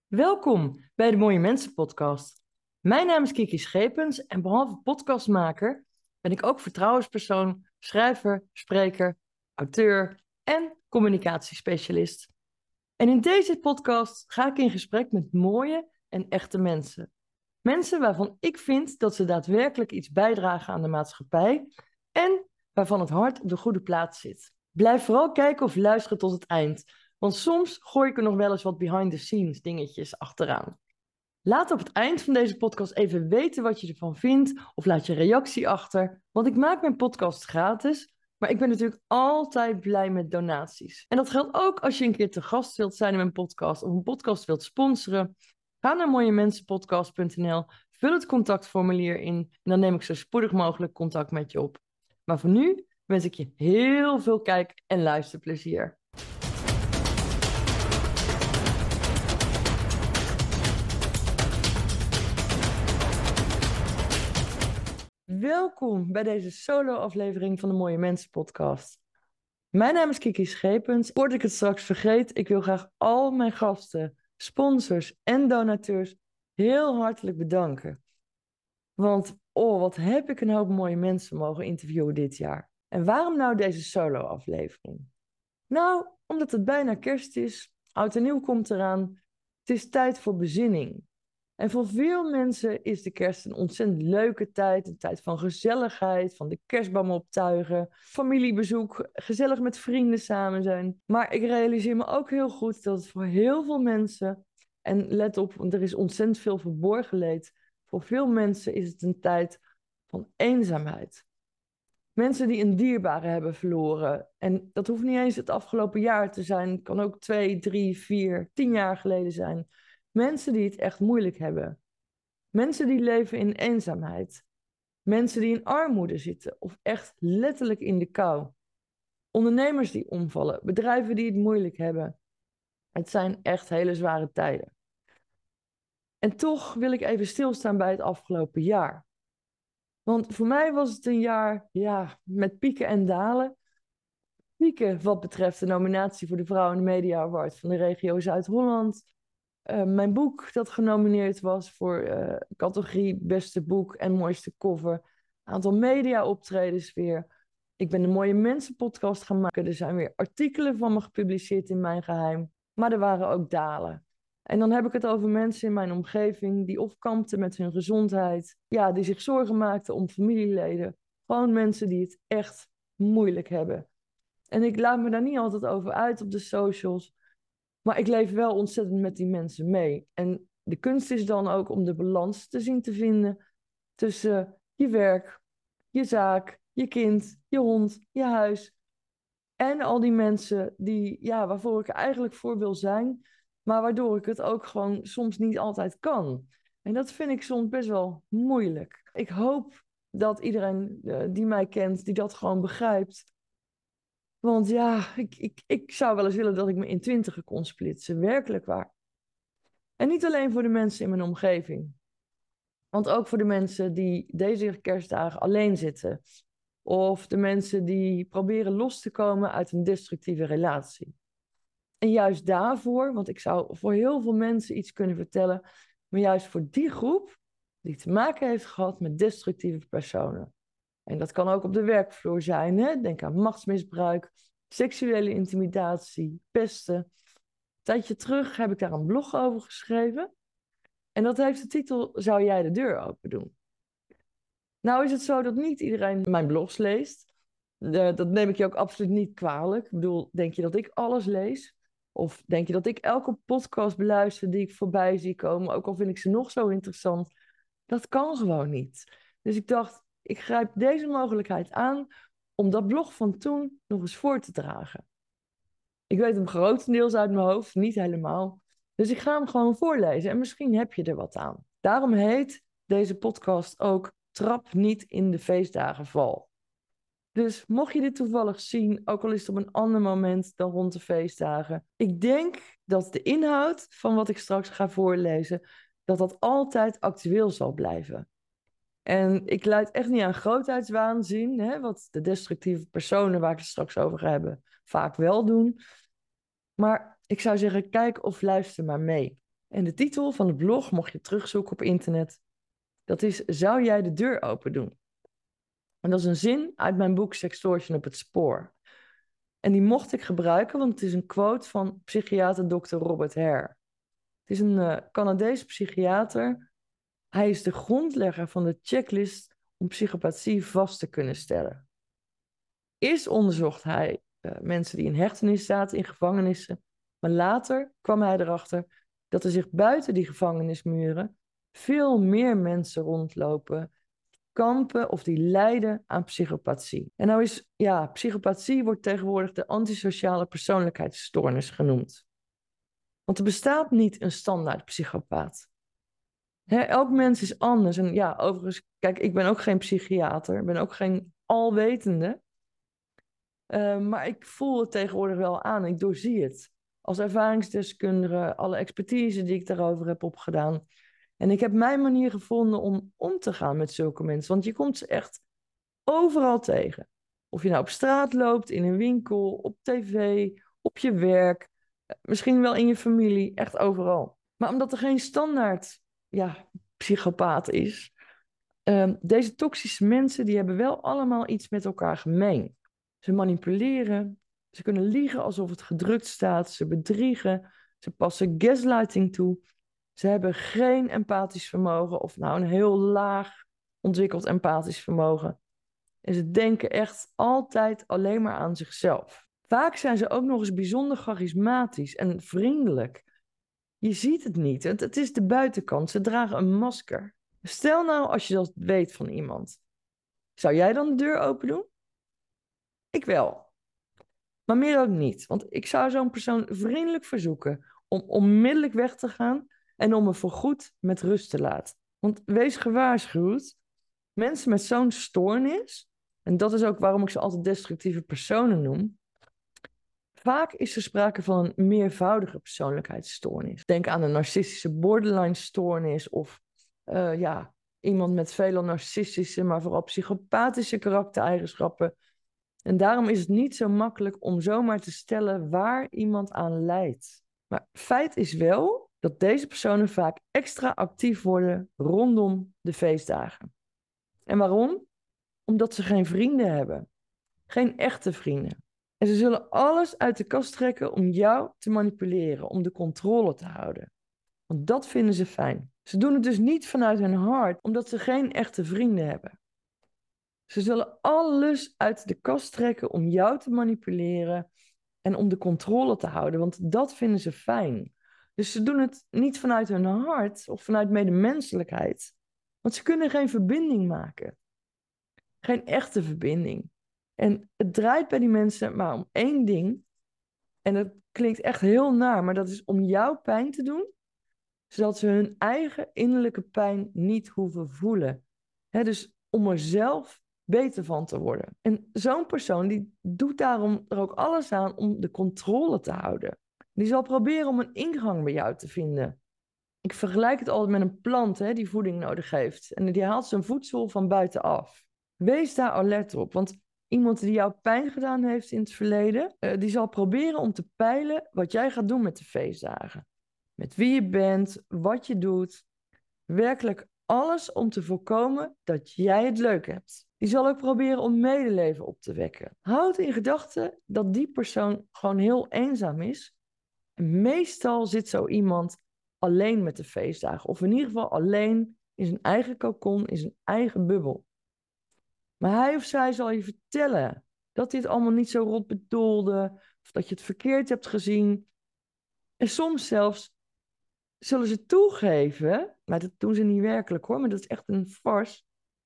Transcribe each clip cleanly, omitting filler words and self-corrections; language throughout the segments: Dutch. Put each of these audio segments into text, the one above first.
Welkom bij de Mooie Mensen podcast. Mijn naam is Kiki Schepens en behalve podcastmaker ben ik ook vertrouwenspersoon, schrijver, spreker, auteur en communicatiespecialist. En in deze podcast ga ik in gesprek met mooie en echte mensen. Mensen waarvan ik vind dat ze daadwerkelijk iets bijdragen aan de maatschappij en waarvan het hart op de goede plaats zit. Blijf vooral kijken of luisteren tot het eind, want soms gooi ik er nog wel eens wat behind-the-scenes dingetjes achteraan. Laat op het eind van deze podcast even weten wat je ervan vindt of laat je reactie achter, want ik maak mijn podcast gratis, maar ik ben natuurlijk altijd blij met donaties. En dat geldt ook als je een keer te gast wilt zijn in mijn podcast of een podcast wilt sponsoren. Ga naar mooiemensenpodcast.nl, vul het contactformulier in en dan neem ik zo spoedig mogelijk contact met je op. Maar voor nu wens ik je heel veel kijk- en luisterplezier. Welkom bij deze solo-aflevering van de Mooie Mensen podcast. Mijn naam is Kiki Schepens. Voordat ik het straks vergeet, ik wil graag al mijn gasten, sponsors en donateurs heel hartelijk bedanken. Want, wat heb ik een hoop mooie mensen mogen interviewen dit jaar. En waarom nou deze solo-aflevering? Nou, omdat het bijna kerst is, oud en nieuw komt eraan. Het is tijd voor bezinning. En voor veel mensen is de kerst een ontzettend leuke tijd. Een tijd van gezelligheid, van de kerstboom optuigen, familiebezoek, gezellig met vrienden samen zijn. Maar ik realiseer me ook heel goed dat het voor heel veel mensen, en let op, want er is ontzettend veel verborgen leed. Voor veel mensen is het een tijd van eenzaamheid. Mensen die een dierbare hebben verloren. En dat hoeft niet eens het afgelopen jaar te zijn. Het kan ook 2, 3, 4, 10 jaar geleden zijn. Mensen die het echt moeilijk hebben. Mensen die leven in eenzaamheid. Mensen die in armoede zitten of echt letterlijk in de kou. Ondernemers die omvallen. Bedrijven die het moeilijk hebben. Het zijn echt hele zware tijden. En toch wil ik even stilstaan bij het afgelopen jaar. Want voor mij was het een jaar, ja, met pieken en dalen. Pieken wat betreft de nominatie voor de Vrouw in de Media Award van de regio Zuid-Holland. Mijn boek dat genomineerd was voor categorie beste boek en mooiste cover. Aantal media-optredens weer. Ik ben de Mooie Mensen podcast gaan maken. Er zijn weer artikelen van me gepubliceerd in mijn geheim. Maar er waren ook dalen. En dan heb ik het over mensen in mijn omgeving die of kampten met hun gezondheid. Ja, die zich zorgen maakten om familieleden. Gewoon mensen die het echt moeilijk hebben. En ik laat me daar niet altijd over uit op de socials. Maar ik leef wel ontzettend met die mensen mee. En de kunst is dan ook om de balans te zien te vinden tussen je werk, je zaak, je kind, je hond, je huis. En al die mensen die, ja, waarvoor ik er eigenlijk voor wil zijn, maar waardoor ik het ook gewoon soms niet altijd kan. En dat vind ik soms best wel moeilijk. Ik hoop dat iedereen die mij kent, die dat gewoon begrijpt. Want ja, ik zou wel eens willen dat ik me in twintigen kon splitsen, werkelijk waar. En niet alleen voor de mensen in mijn omgeving. Want ook voor de mensen die deze kerstdagen alleen zitten. Of de mensen die proberen los te komen uit een destructieve relatie. En juist daarvoor, want ik zou voor heel veel mensen iets kunnen vertellen, maar juist voor die groep die te maken heeft gehad met destructieve personen. En dat kan ook op de werkvloer zijn. Hè? Denk aan machtsmisbruik, seksuele intimidatie, pesten. Een tijdje terug heb ik daar een blog over geschreven. En dat heeft de titel Zou jij de deur open doen? Nou is het zo dat niet iedereen mijn blogs leest. Dat neem ik je ook absoluut niet kwalijk. Ik bedoel, denk je dat ik alles lees? Of denk je dat ik elke podcast beluister die ik voorbij zie komen, ook al vind ik ze nog zo interessant? Dat kan gewoon niet. Dus ik dacht, ik grijp deze mogelijkheid aan om dat blog van toen nog eens voor te dragen. Ik weet hem grotendeels uit mijn hoofd, niet helemaal. Dus ik ga hem gewoon voorlezen en misschien heb je er wat aan. Daarom heet deze podcast ook Trap niet in de feestdagen val. Dus mocht je dit toevallig zien, ook al is het op een ander moment dan rond de feestdagen. Ik denk dat de inhoud van wat ik straks ga voorlezen, dat dat altijd actueel zal blijven. En ik leid echt niet aan grootheidswaanzin, hè, wat de destructieve personen waar ik het straks over ga hebben vaak wel doen. Maar ik zou zeggen, kijk of luister maar mee. En de titel van het blog, mocht je terugzoeken op internet, dat is: Zou jij de deur open doen? En dat is een zin uit mijn boek Sextortion op het spoor. En die mocht ik gebruiken, want het is een quote van psychiater Dr. Robert Hare. Het is een Canadees psychiater. Hij is de grondlegger van de checklist om psychopathie vast te kunnen stellen. Eerst onderzocht hij mensen die in hechtenis zaten in gevangenissen, maar later kwam hij erachter dat er zich buiten die gevangenismuren veel meer mensen rondlopen, kampen of die lijden aan psychopathie. En nou is, psychopathie wordt tegenwoordig de antisociale persoonlijkheidsstoornis genoemd. Want er bestaat niet een standaard psychopaat. Elk mens is anders. En ja, overigens, kijk, ik ben ook geen psychiater, ik ben ook geen alwetende. Maar ik voel het tegenwoordig wel aan, ik doorzie het. Als ervaringsdeskundige, alle expertise die ik daarover heb opgedaan. En ik heb mijn manier gevonden om om te gaan met zulke mensen. Want je komt ze echt overal tegen. Of je nou op straat loopt, in een winkel, op tv, op je werk, misschien wel in je familie, echt overal. Maar omdat er geen standaard psychopaat is, deze toxische mensen die hebben wel allemaal iets met elkaar gemeen. Ze manipuleren, ze kunnen liegen alsof het gedrukt staat, ze bedriegen, ze passen gaslighting toe. Ze hebben geen empathisch vermogen of nou een heel laag ontwikkeld empathisch vermogen. En ze denken echt altijd alleen maar aan zichzelf. Vaak zijn ze ook nog eens bijzonder charismatisch en vriendelijk. Je ziet het niet, het is de buitenkant. Ze dragen een masker. Stel nou als je dat weet van iemand. Zou jij dan de deur open doen? Ik wel. Maar meer ook niet. Want ik zou zo'n persoon vriendelijk verzoeken om onmiddellijk weg te gaan en om me voorgoed met rust te laten. Want wees gewaarschuwd, mensen met zo'n stoornis, en dat is ook waarom ik ze altijd destructieve personen noem, vaak is er sprake van een meervoudige persoonlijkheidsstoornis. Denk aan een narcistische borderline-stoornis of iemand met vele narcistische, maar vooral psychopathische karaktereigenschappen. En daarom is het niet zo makkelijk om zomaar te stellen waar iemand aan lijdt. Maar feit is wel dat deze personen vaak extra actief worden rondom de feestdagen. En waarom? Omdat ze geen vrienden hebben. Geen echte vrienden. En ze zullen alles uit de kast trekken om jou te manipuleren, om de controle te houden. Want dat vinden ze fijn. Ze doen het dus niet vanuit hun hart, omdat ze geen echte vrienden hebben. Ze zullen alles uit de kast trekken om jou te manipuleren en om de controle te houden, want dat vinden ze fijn. Dus ze doen het niet vanuit hun hart of vanuit medemenselijkheid, want ze kunnen geen verbinding maken. Geen echte verbinding. En het draait bij die mensen maar om één ding, en dat klinkt echt heel naar, maar dat is om jou pijn te doen, zodat ze hun eigen innerlijke pijn niet hoeven voelen. Dus om er zelf beter van te worden. En zo'n persoon die doet daarom er ook alles aan om de controle te houden. Die zal proberen om een ingang bij jou te vinden. Ik vergelijk het altijd met een plant die voeding nodig heeft. En die haalt zijn voedsel van buitenaf. Wees daar alert op, want iemand die jou pijn gedaan heeft in het verleden, die zal proberen om te peilen wat jij gaat doen met de feestdagen. Met wie je bent, wat je doet. Werkelijk alles om te voorkomen dat jij het leuk hebt. Die zal ook proberen om medeleven op te wekken. Houd in gedachten dat die persoon gewoon heel eenzaam is. En meestal zit zo iemand alleen met de feestdagen. Of in ieder geval alleen in zijn eigen kokon, in zijn eigen bubbel. Maar hij of zij zal je vertellen dat hij het allemaal niet zo rot bedoelde. Of dat je het verkeerd hebt gezien. En soms zelfs zullen ze toegeven, maar dat doen ze niet werkelijk hoor, maar dat is echt een farce.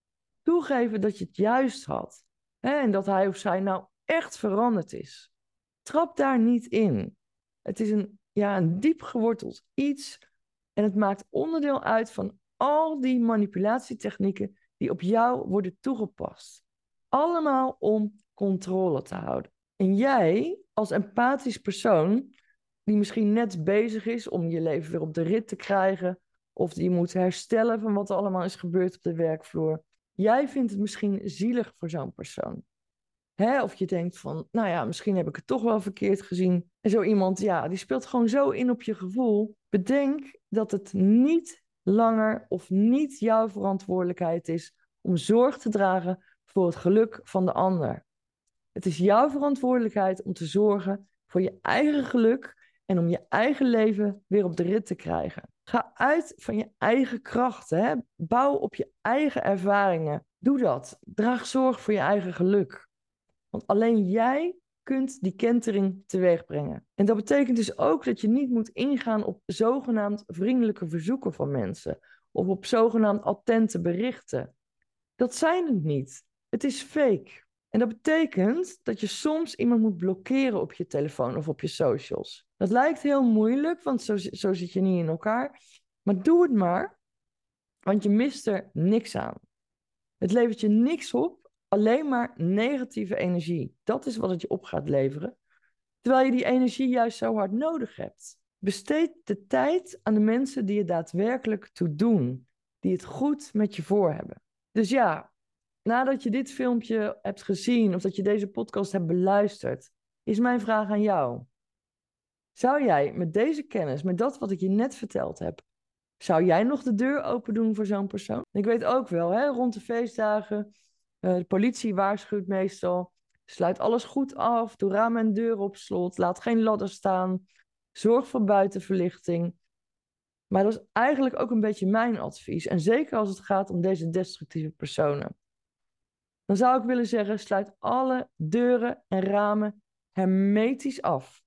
Toegeven dat je het juist had. En dat hij of zij nou echt veranderd is. Trap daar niet in. Het is een diep geworteld iets. En het maakt onderdeel uit van al die manipulatietechnieken die op jou worden toegepast. Allemaal om controle te houden. En jij, als empathisch persoon, die misschien net bezig is om je leven weer op de rit te krijgen, of die moet herstellen van wat er allemaal is gebeurd op de werkvloer. Jij vindt het misschien zielig voor zo'n persoon. Of je denkt van, nou ja, misschien heb ik het toch wel verkeerd gezien. En zo iemand, ja, die speelt gewoon zo in op je gevoel. Bedenk dat het niet langer of niet jouw verantwoordelijkheid is om zorg te dragen voor het geluk van de ander. Het is jouw verantwoordelijkheid om te zorgen voor je eigen geluk en om je eigen leven weer op de rit te krijgen. Ga uit van je eigen krachten. Hè? Bouw op je eigen ervaringen. Doe dat. Draag zorg voor je eigen geluk. Want alleen jij kunt die kentering teweeg brengen. En dat betekent dus ook dat je niet moet ingaan op zogenaamd vriendelijke verzoeken van mensen. Of op zogenaamd attente berichten. Dat zijn het niet. Het is fake. En dat betekent dat je soms iemand moet blokkeren op je telefoon of op je socials. Dat lijkt heel moeilijk, want zo zit je niet in elkaar. Maar doe het maar, want je mist er niks aan. Het levert je niks op, alleen maar negatieve energie. Dat is wat het je op gaat leveren. Terwijl je die energie juist zo hard nodig hebt. Besteed de tijd aan de mensen die je daadwerkelijk toe doen. Die het goed met je voor hebben. Dus ja, nadat je dit filmpje hebt gezien of dat je deze podcast hebt beluisterd, is mijn vraag aan jou. Zou jij met deze kennis, met dat wat ik je net verteld heb, zou jij nog de deur open doen voor zo'n persoon? Ik weet ook wel, rond de feestdagen, de politie waarschuwt meestal, sluit alles goed af, doe ramen en deuren op slot, laat geen ladder staan, zorg voor buitenverlichting. Maar dat is eigenlijk ook een beetje mijn advies. En zeker als het gaat om deze destructieve personen. Dan zou ik willen zeggen, sluit alle deuren en ramen hermetisch af.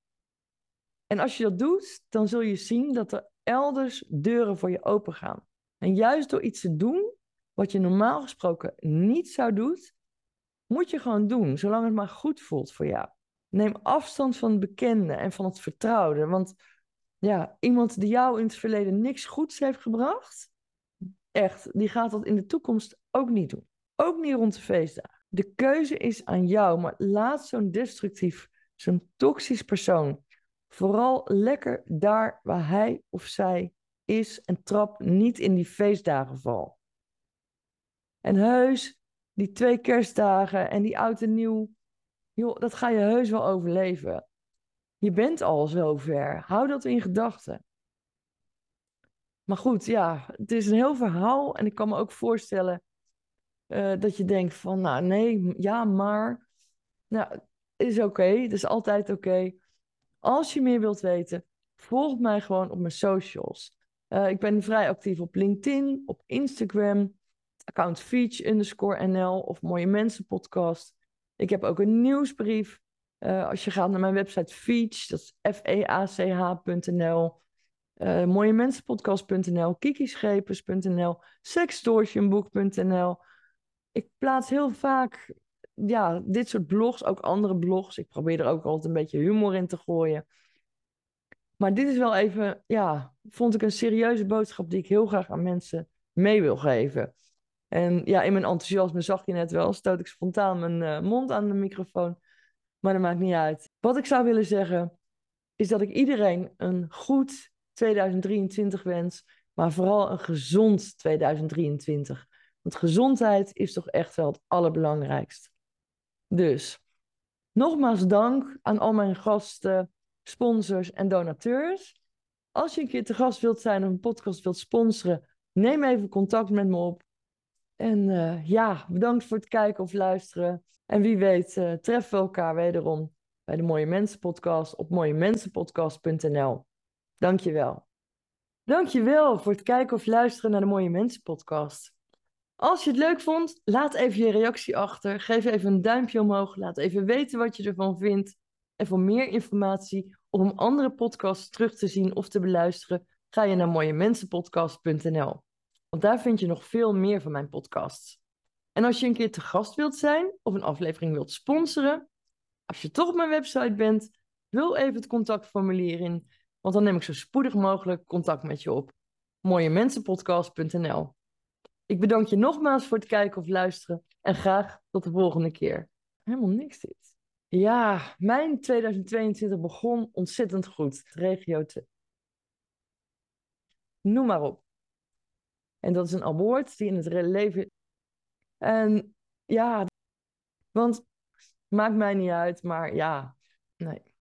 En als je dat doet, dan zul je zien dat er elders deuren voor je open gaan. En juist door iets te doen, wat je normaal gesproken niet zou doen, moet je gewoon doen, zolang het maar goed voelt voor jou. Neem afstand van het bekende en van het vertrouwde. Want ja, iemand die jou in het verleden niks goeds heeft gebracht, echt, die gaat dat in de toekomst ook niet doen. Ook niet rond de feestdagen. De keuze is aan jou, maar laat zo'n destructief, zo'n toxisch persoon vooral lekker daar waar hij of zij is en trap niet in die feestdagenval. En heus, die 2 kerstdagen en die oud en nieuw, joh, dat ga je heus wel overleven. Je bent al zover. Hou dat in gedachten. Maar goed, ja, het is een heel verhaal en ik kan me ook voorstellen dat je denkt van, nou nee, ja, maar. Nou, is oké, het is altijd oké. Als je meer wilt weten, volg mij gewoon op mijn socials. Ik ben vrij actief op LinkedIn, op Instagram, account Feach_NL of Mooie Mensen Podcast. Ik heb ook een nieuwsbrief. Als je gaat naar mijn website Feach, dat is feach.nl, mooiemensenpodcast.nl, kikischepers.nl, sextortionboek.nl. Ik plaats heel vaak ja, dit soort blogs, ook andere blogs. Ik probeer er ook altijd een beetje humor in te gooien. Maar dit is wel even, ja, vond ik een serieuze boodschap die ik heel graag aan mensen mee wil geven. En ja, in mijn enthousiasme zag je net wel, stoot ik spontaan mijn mond aan de microfoon. Maar dat maakt niet uit. Wat ik zou willen zeggen, is dat ik iedereen een goed 2023 wens, maar vooral een gezond 2023. Want gezondheid is toch echt wel het allerbelangrijkst. Dus, nogmaals dank aan al mijn gasten, sponsors en donateurs. Als je een keer te gast wilt zijn of een podcast wilt sponsoren, neem even contact met me op. En ja, bedankt voor het kijken of luisteren. En wie weet treffen we elkaar wederom bij de Mooie Mensen Podcast op mooiemensenpodcast.nl. Dankjewel. Dankjewel voor het kijken of luisteren naar de Mooie Mensen Podcast. Als je het leuk vond, laat even je reactie achter. Geef even een duimpje omhoog. Laat even weten wat je ervan vindt. En voor meer informatie of om andere podcasts terug te zien of te beluisteren, ga je naar mooiemensenpodcast.nl. Want daar vind je nog veel meer van mijn podcasts. En als je een keer te gast wilt zijn of een aflevering wilt sponsoren, als je toch op mijn website bent, vul even het contactformulier in. Want dan neem ik zo spoedig mogelijk contact met je op. mooiemensenpodcast.nl. Ik bedank je nogmaals voor het kijken of luisteren en graag tot de volgende keer. Helemaal niks dit. Ja, mijn 2022 begon ontzettend goed. Regio te... Noem maar op. En dat is een award die in het leven... En ja, want Maakt mij niet uit, maar ja, nee.